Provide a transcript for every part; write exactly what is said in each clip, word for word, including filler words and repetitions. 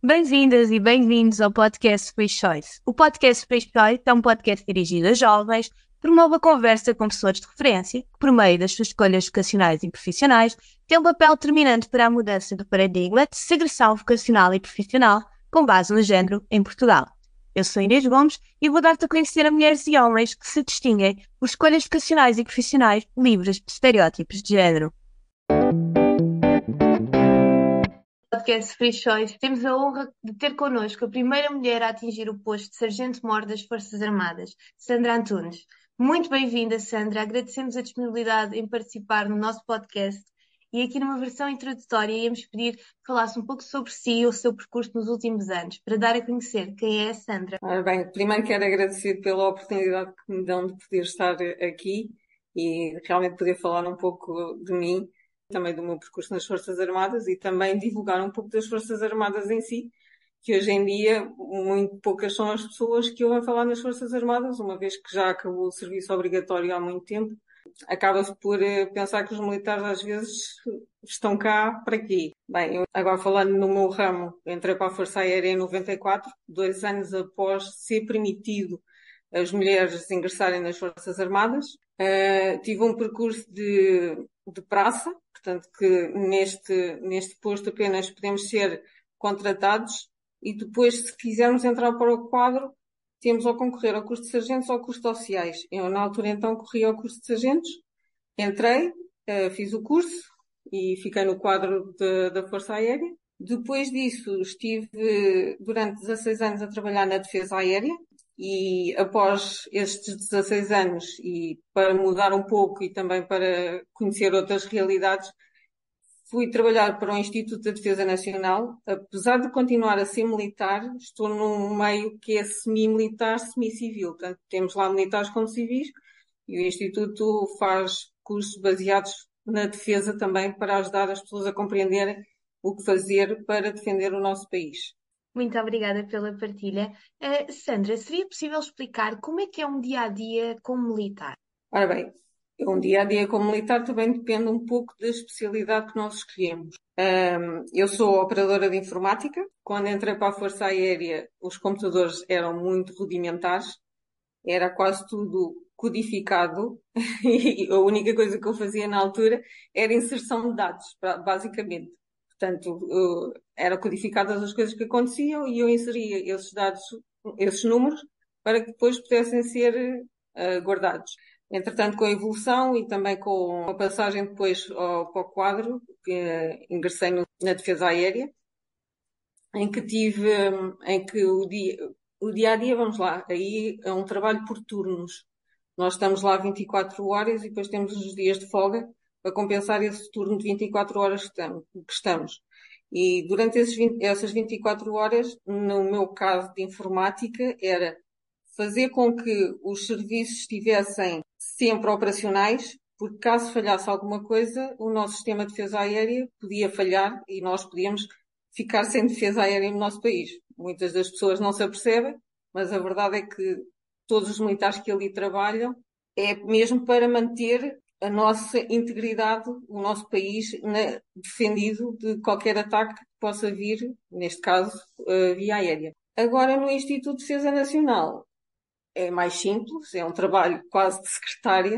Bem-vindas e bem-vindos ao podcast Free Choice. O podcast Free Choice é um podcast dirigido a jovens, promove a conversa com pessoas de referência, que, por meio das suas escolhas vocacionais e profissionais, têm um papel determinante para a mudança do paradigma de segregação vocacional e profissional com base no género em Portugal. Eu sou Inês Gomes e vou dar-te a conhecer a mulheres e homens que se distinguem por escolhas vocacionais e profissionais livres de estereótipos de género. Podcast Free Choice, temos a honra de ter connosco a primeira mulher a atingir o posto de Sargento-Mor das Forças Armadas, Sandra Antunes. Muito bem-vinda, Sandra. Agradecemos a disponibilidade em participar no nosso podcast e aqui numa versão introdutória íamos pedir que falasse um pouco sobre si e o seu percurso nos últimos anos, para dar a conhecer quem é a Sandra. Ora bem, primeiro quero agradecer pela oportunidade que me dão de poder estar aqui e realmente poder falar um pouco de mim, também do meu percurso nas Forças Armadas e também divulgar um pouco das Forças Armadas em si, que hoje em dia muito poucas são as pessoas que ouvem falar nas Forças Armadas, uma vez que já acabou o serviço obrigatório há muito tempo. Acaba-se por pensar que os militares às vezes estão cá para quê? Bem, eu agora falando no meu ramo, entrei para a Força Aérea em noventa e quatro, dois anos após ser permitido as mulheres ingressarem nas Forças Armadas. Uh, tive um percurso de, de praça, portanto que neste, neste posto apenas podemos ser contratados e depois, se quisermos entrar para o quadro, temos ao concorrer ao curso de sargentos ou ao curso de oficiais. Eu, na altura, então, corri ao curso de sargentos, entrei, uh, fiz o curso e fiquei no quadro de, da Força Aérea. Depois disso, estive durante dezasseis anos a trabalhar na Defesa Aérea e após estes dezasseis anos, e para mudar um pouco e também para conhecer outras realidades, fui trabalhar para o Instituto da Defesa Nacional. Apesar de continuar a ser militar, estou num meio que é semi-militar, semi-civil. Portanto, temos lá militares como civis e o Instituto faz cursos baseados na defesa também para ajudar as pessoas a compreenderem o que fazer para defender o nosso país. Muito obrigada pela partilha. Uh, Sandra, seria possível explicar como é que é um dia-a-dia como militar? Ora bem, um dia-a-dia como militar também depende um pouco da especialidade que nós escolhemos. Um, eu sou operadora de informática. Quando entrei para a Força Aérea, os computadores eram muito rudimentares. Era quase tudo codificado e a única coisa que eu fazia na altura era inserção de dados, basicamente. Portanto, eram codificadas as coisas que aconteciam e eu inseria esses dados, esses números, para que depois pudessem ser uh, guardados. Entretanto, com a evolução e também com a passagem depois ao, para o quadro, que uh, ingressei no, na Defesa Aérea, em que tive, um, em que o dia, o dia a dia, vamos lá, aí é um trabalho por turnos. Nós estamos lá vinte e quatro horas e depois temos os dias de folga para compensar esse turno de vinte e quatro horas que estamos. E durante esses vinte, essas vinte e quatro horas, no meu caso de informática, era fazer com que os serviços estivessem sempre operacionais, porque caso falhasse alguma coisa, o nosso sistema de defesa aérea podia falhar e nós podíamos ficar sem defesa aérea no nosso país. Muitas das pessoas não se apercebem, mas a verdade é que todos os militares que ali trabalham é mesmo para manter a nossa integridade, o nosso país na, defendido de qualquer ataque que possa vir, neste caso, uh, via aérea. Agora, no Instituto de Defesa Nacional, é mais simples, é um trabalho quase de secretária.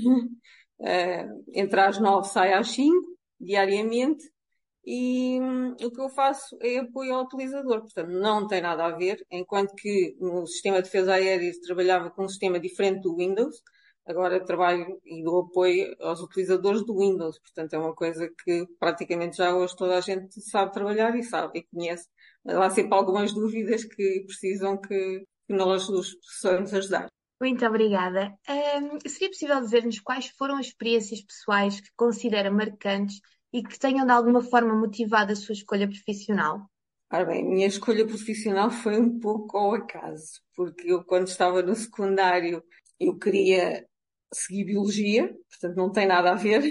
uh, entre às nove, sai às cinco, diariamente. E hum, o que eu faço é apoio ao utilizador, portanto não tem nada a ver, enquanto que no sistema de defesa aérea se trabalhava com um sistema diferente do Windows, agora trabalho e dou apoio aos utilizadores do Windows, portanto é uma coisa que praticamente já hoje toda a gente sabe trabalhar e sabe e conhece. Há sempre algumas dúvidas que precisam que, que nós os possamos ajudar. Muito obrigada. Um, seria possível dizer-nos quais foram as experiências pessoais que considera marcantes e que tenham de alguma forma motivado a sua escolha profissional? Ora bem, a minha escolha profissional foi um pouco ao acaso, porque eu quando estava no secundário eu queria seguir biologia, portanto não tem nada a ver.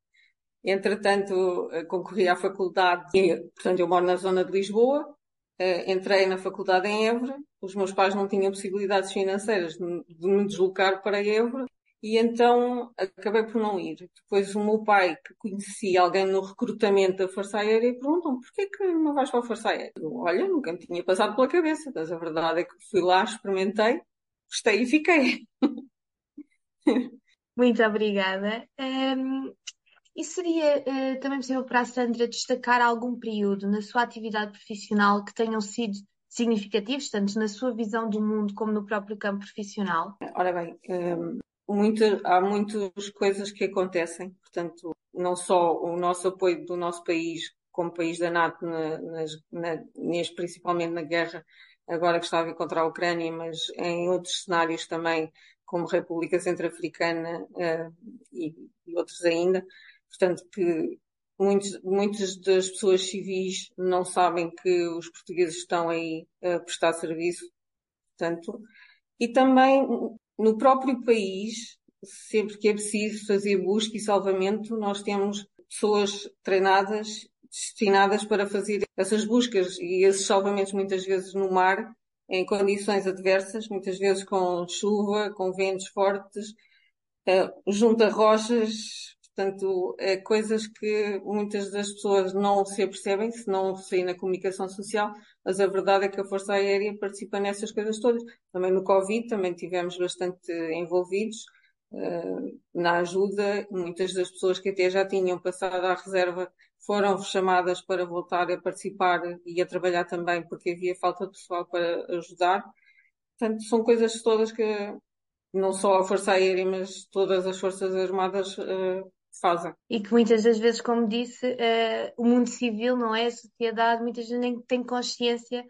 Entretanto, concorri à faculdade, portanto eu moro na zona de Lisboa, entrei na faculdade em Évora, os meus pais não tinham possibilidades financeiras de me deslocar para Évora e então acabei por não ir. Depois o meu pai, que conhecia alguém no recrutamento da Força Aérea, perguntou-me: porquê que não vais para a Força Aérea? Eu, olha, nunca me tinha passado pela cabeça, mas a verdade é que fui lá, experimentei, gostei e fiquei. Muito obrigada. Ahm, e seria, eh, também possível para a Sandra destacar algum período na sua atividade profissional que tenham sido significativos, tanto na sua visão do mundo como no próprio campo profissional? Ora bem, hum, muita- há muitas coisas que acontecem, portanto, não só o nosso apoio do nosso país, como país da NATO, na- nas, na- neste- principalmente na guerra agora que está a vir contra a Ucrânia, mas em outros cenários também, como República Centro-Africana, eh, e, e outros ainda. Portanto, que muitos, muitas das pessoas civis não sabem que os portugueses estão aí a prestar serviço, portanto. E também no próprio país, sempre que é preciso fazer busca e salvamento, nós temos pessoas treinadas, destinadas para fazer essas buscas e esses salvamentos, muitas vezes no mar, em condições adversas, muitas vezes com chuva, com ventos fortes, eh, junto a rochas, portanto, é coisas que muitas das pessoas não se apercebem se não saem na comunicação social, mas a verdade é que a Força Aérea participa nessas coisas todas. Também no Covid, também tivemos bastante envolvidos, eh, na ajuda. Muitas das pessoas que até já tinham passado à reserva foram chamadas para voltar a participar e a trabalhar também, porque havia falta de pessoal para ajudar. Portanto, são coisas todas que não só a Força Aérea, mas todas as Forças Armadas eh, fazem. E que muitas das vezes, como disse, eh, o mundo civil, não é? A sociedade, muitas vezes nem tem consciência,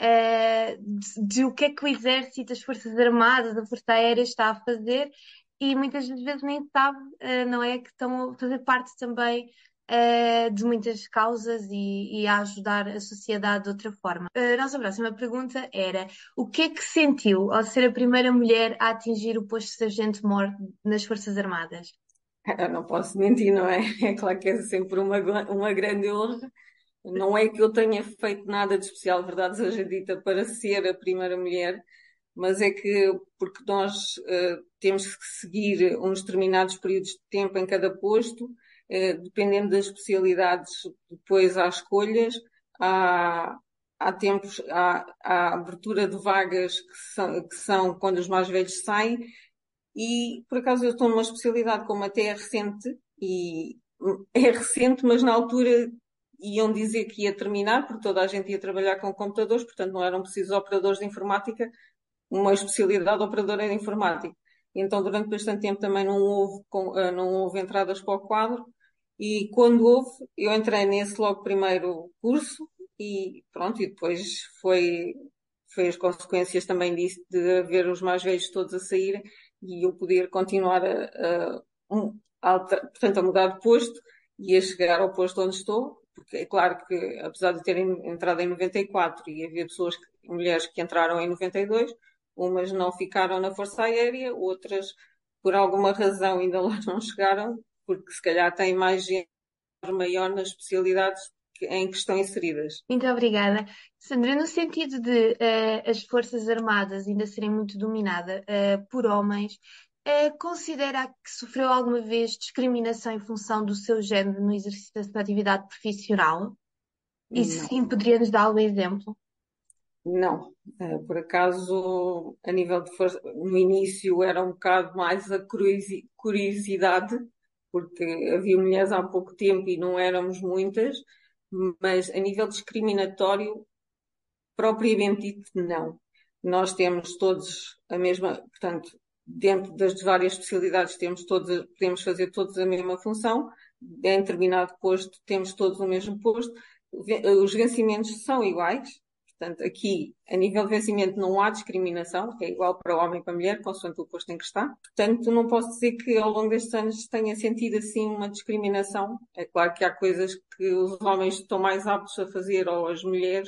eh, de, de o que é que o Exército, as Forças Armadas, a Força Aérea está a fazer e muitas das vezes nem sabe, eh, não é? Que estão a fazer parte também, eh, de muitas causas e, e a ajudar a sociedade de outra forma. A nossa próxima pergunta era: o que é que sentiu ao ser a primeira mulher a atingir o posto de sargento-mor nas Forças Armadas? Eu não posso mentir, não é? É claro que é sempre uma, uma grande honra. Não é que eu tenha feito nada de especial, verdade seja dita, para ser a primeira mulher, mas é que porque nós eh, temos que seguir uns determinados períodos de tempo em cada posto, eh, dependendo das especialidades, depois há escolhas, há, há tempos, há, há abertura de vagas que são, que são quando os mais velhos saem, e por acaso eu estou numa especialidade como até é recente, e é recente, mas na altura iam dizer que ia terminar, porque toda a gente ia trabalhar com computadores, portanto não eram precisos operadores de informática, uma especialidade operadora de informática. Então, durante bastante tempo também não houve, com- eh, não houve entradas para o quadro, e quando houve, eu entrei nesse logo primeiro curso, e pronto, e depois foi, foi as consequências também disso, de haver os mais velhos todos a saírem, e eu poder continuar a, a, um, a alter- portanto, a mudar de posto e a chegar ao posto onde estou, porque é claro que, apesar de terem entrado em noventa e quatro e havia pessoas, que- mulheres que entraram em noventa e dois, umas não ficaram na Força Aérea, outras, por alguma razão, ainda lá não chegaram, porque se calhar têm mais gente maior nas especialidades que- em que estão inseridas. Muito obrigada. Sandra, no sentido de eh, as Forças Armadas ainda serem muito dominadas eh, por homens, eh, considera que sofreu alguma vez discriminação em função do seu género no exercício da sua atividade profissional? E se Não, sim, poderia-nos dar algum exemplo? não. Eh, Por acaso, a nível de força, no início era um bocado mais a curiosi- curiosidade, porque havia mulheres há pouco tempo e não éramos muitas, mas a nível discriminatório, propriamente dito, não. Nós temos todos a mesma, portanto, dentro das várias especialidades temos todos, podemos fazer todos a mesma função, em determinado posto temos todos o mesmo posto, os vencimentos são iguais, portanto, aqui, a nível de vencimento, não há discriminação, é igual para o homem e para a mulher, consoante o posto em que está. Portanto, não posso dizer que ao longo destes anos tenha sentido assim uma discriminação. É claro que há coisas que os homens estão mais aptos a fazer, ou as mulheres,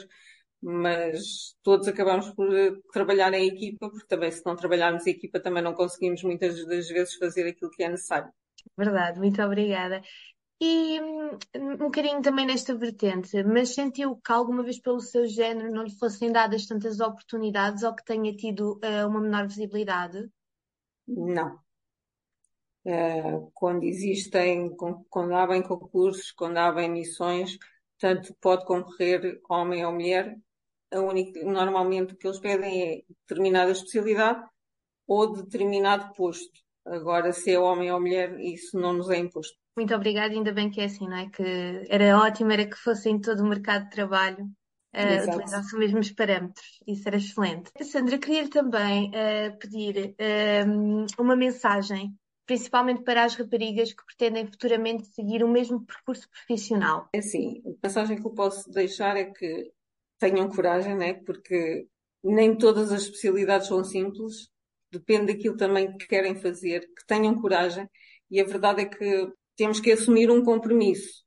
mas todos acabamos por eh, trabalhar em equipa, porque também se não trabalharmos em equipa também não conseguimos muitas das vezes fazer aquilo que é necessário. Verdade, muito obrigada. E hum, um bocadinho também nesta vertente, mas sentiu que alguma vez pelo seu género não lhe fossem dadas tantas oportunidades ou que tenha tido eh, uma menor visibilidade? Não. Uh, quando existem, quando abrem concursos, quando abrem missões, tanto pode concorrer homem ou mulher. A única, normalmente o que eles pedem é determinada especialidade ou determinado posto. Agora, se é homem ou mulher, isso não nos é imposto. Muito obrigada, ainda bem que é assim, não é? Que era ótimo, era que fosse em todo o mercado de trabalho uh, utilizasse os mesmos parâmetros. Isso era excelente. Sandra, queria também uh, pedir um, uma mensagem, principalmente para as raparigas que pretendem futuramente seguir o mesmo percurso profissional. É assim, a mensagem que eu posso deixar é que tenham coragem, né? Porque nem todas as especialidades são simples, depende daquilo também que querem fazer, que tenham coragem. E a verdade é que temos que assumir um compromisso,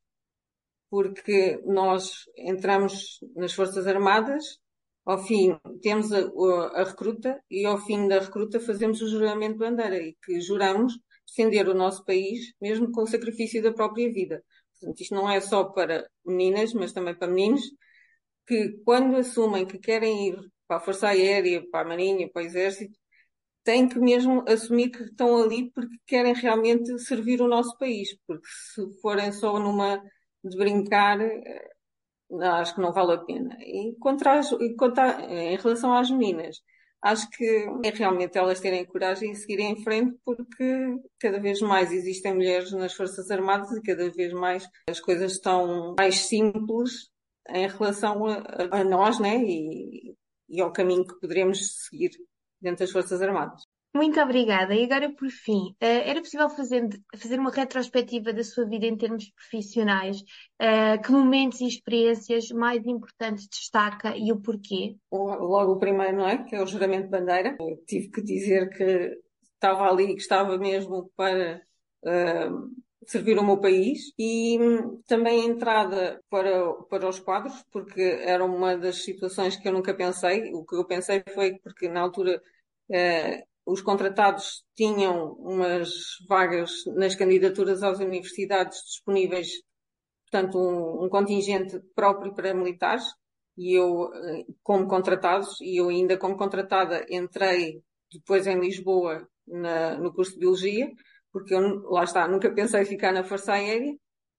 porque nós entramos nas Forças Armadas, ao fim temos a, a recruta e ao fim da recruta fazemos o juramento de bandeira e que juramos defender o nosso país, mesmo com o sacrifício da própria vida. Portanto, isto não é só para meninas, mas também para meninos, que quando assumem que querem ir para a Força Aérea, para a Marinha, para o Exército, têm que mesmo assumir que estão ali porque querem realmente servir o nosso país, porque se forem só numa de brincar, acho que não vale a pena. E contra as, e contra, em relação às meninas, acho que é realmente elas terem coragem e seguirem em frente, porque cada vez mais existem mulheres nas Forças Armadas e cada vez mais as coisas estão mais simples em relação a, a nós, né? E, e ao caminho que poderemos seguir dentro das Forças Armadas. Muito obrigada. E agora, por fim, eh, era possível fazer, fazer uma retrospectiva da sua vida em termos profissionais? Eh, que momentos e experiências mais importantes destaca e o porquê? Logo o primeiro, não é? Que é o juramento de bandeira. Eu tive que dizer que estava ali, que estava mesmo para uh, servir o meu país e hum, também a entrada para, para os quadros, porque era uma das situações que eu nunca pensei. O que eu pensei foi porque na altura uh, os contratados tinham umas vagas nas candidaturas às universidades disponíveis, portanto, um, um contingente próprio para militares, e eu, eh, como contratados, e eu ainda como contratada entrei depois em Lisboa na, no curso de Biologia, porque eu, lá está, nunca pensei ficar na Força Aérea,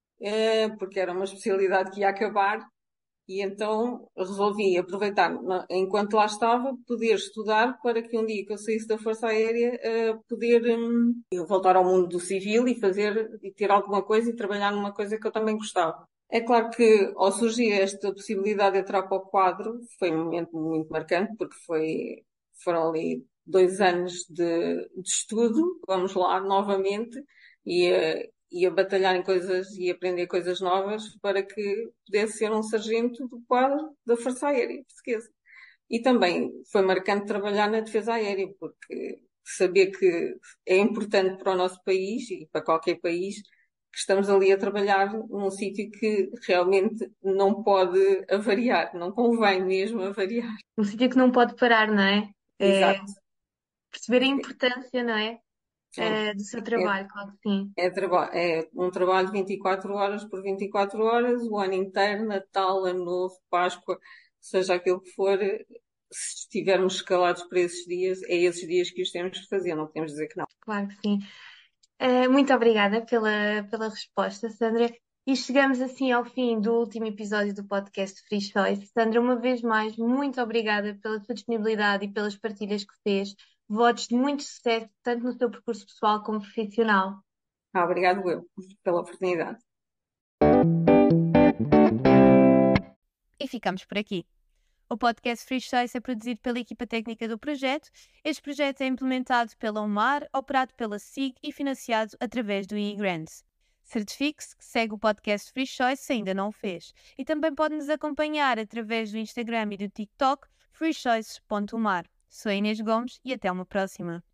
eh, porque era uma especialidade que ia acabar, e então resolvi aproveitar, enquanto lá estava, poder estudar para que um dia que eu saísse da Força Aérea, uh, poder um, voltar ao mundo do civil e fazer, e ter alguma coisa e trabalhar numa coisa que eu também gostava. É claro que ao surgir esta possibilidade de entrar para o quadro, foi um momento muito marcante, porque foi, foram ali dois anos de, de estudo, vamos lá, novamente, e, uh, e a batalhar em coisas e aprender coisas novas para que pudesse ser um sargento do quadro da Força Aérea Portuguesa. E também foi marcante trabalhar na defesa aérea, porque saber que é importante para o nosso país e para qualquer país que estamos ali a trabalhar num sítio que realmente não pode avariar, não convém mesmo avariar. Um sítio que não pode parar, não é? É Exato. perceber a importância, não é? É, É do seu é, trabalho, claro que sim. É, traba- é um trabalho de vinte e quatro horas por vinte e quatro horas, o ano inteiro, Natal, Ano Novo, Páscoa, seja aquilo que for, se estivermos escalados para esses dias, é esses dias que os temos que fazer, não podemos dizer que não. Claro que sim. Eh, muito obrigada pela, pela resposta, Sandra. E chegamos assim ao fim do último episódio do podcast Free Choice. Sandra, uma vez mais, muito obrigada pela sua disponibilidade e pelas partilhas que fez. Votos de muito sucesso, tanto no seu percurso pessoal como profissional. Ah, obrigado eu pela oportunidade. E ficamos por aqui. O podcast Free Choice é produzido pela equipa técnica do projeto. Este projeto é implementado pela UMAR, operado pela S I G e financiado através do e-Grants. Certifique-se que segue o podcast Free Choice se ainda não o fez. E também pode nos acompanhar através do Instagram e do TikTok free choice ponto umar. Sou a Inês Gomes e até uma próxima.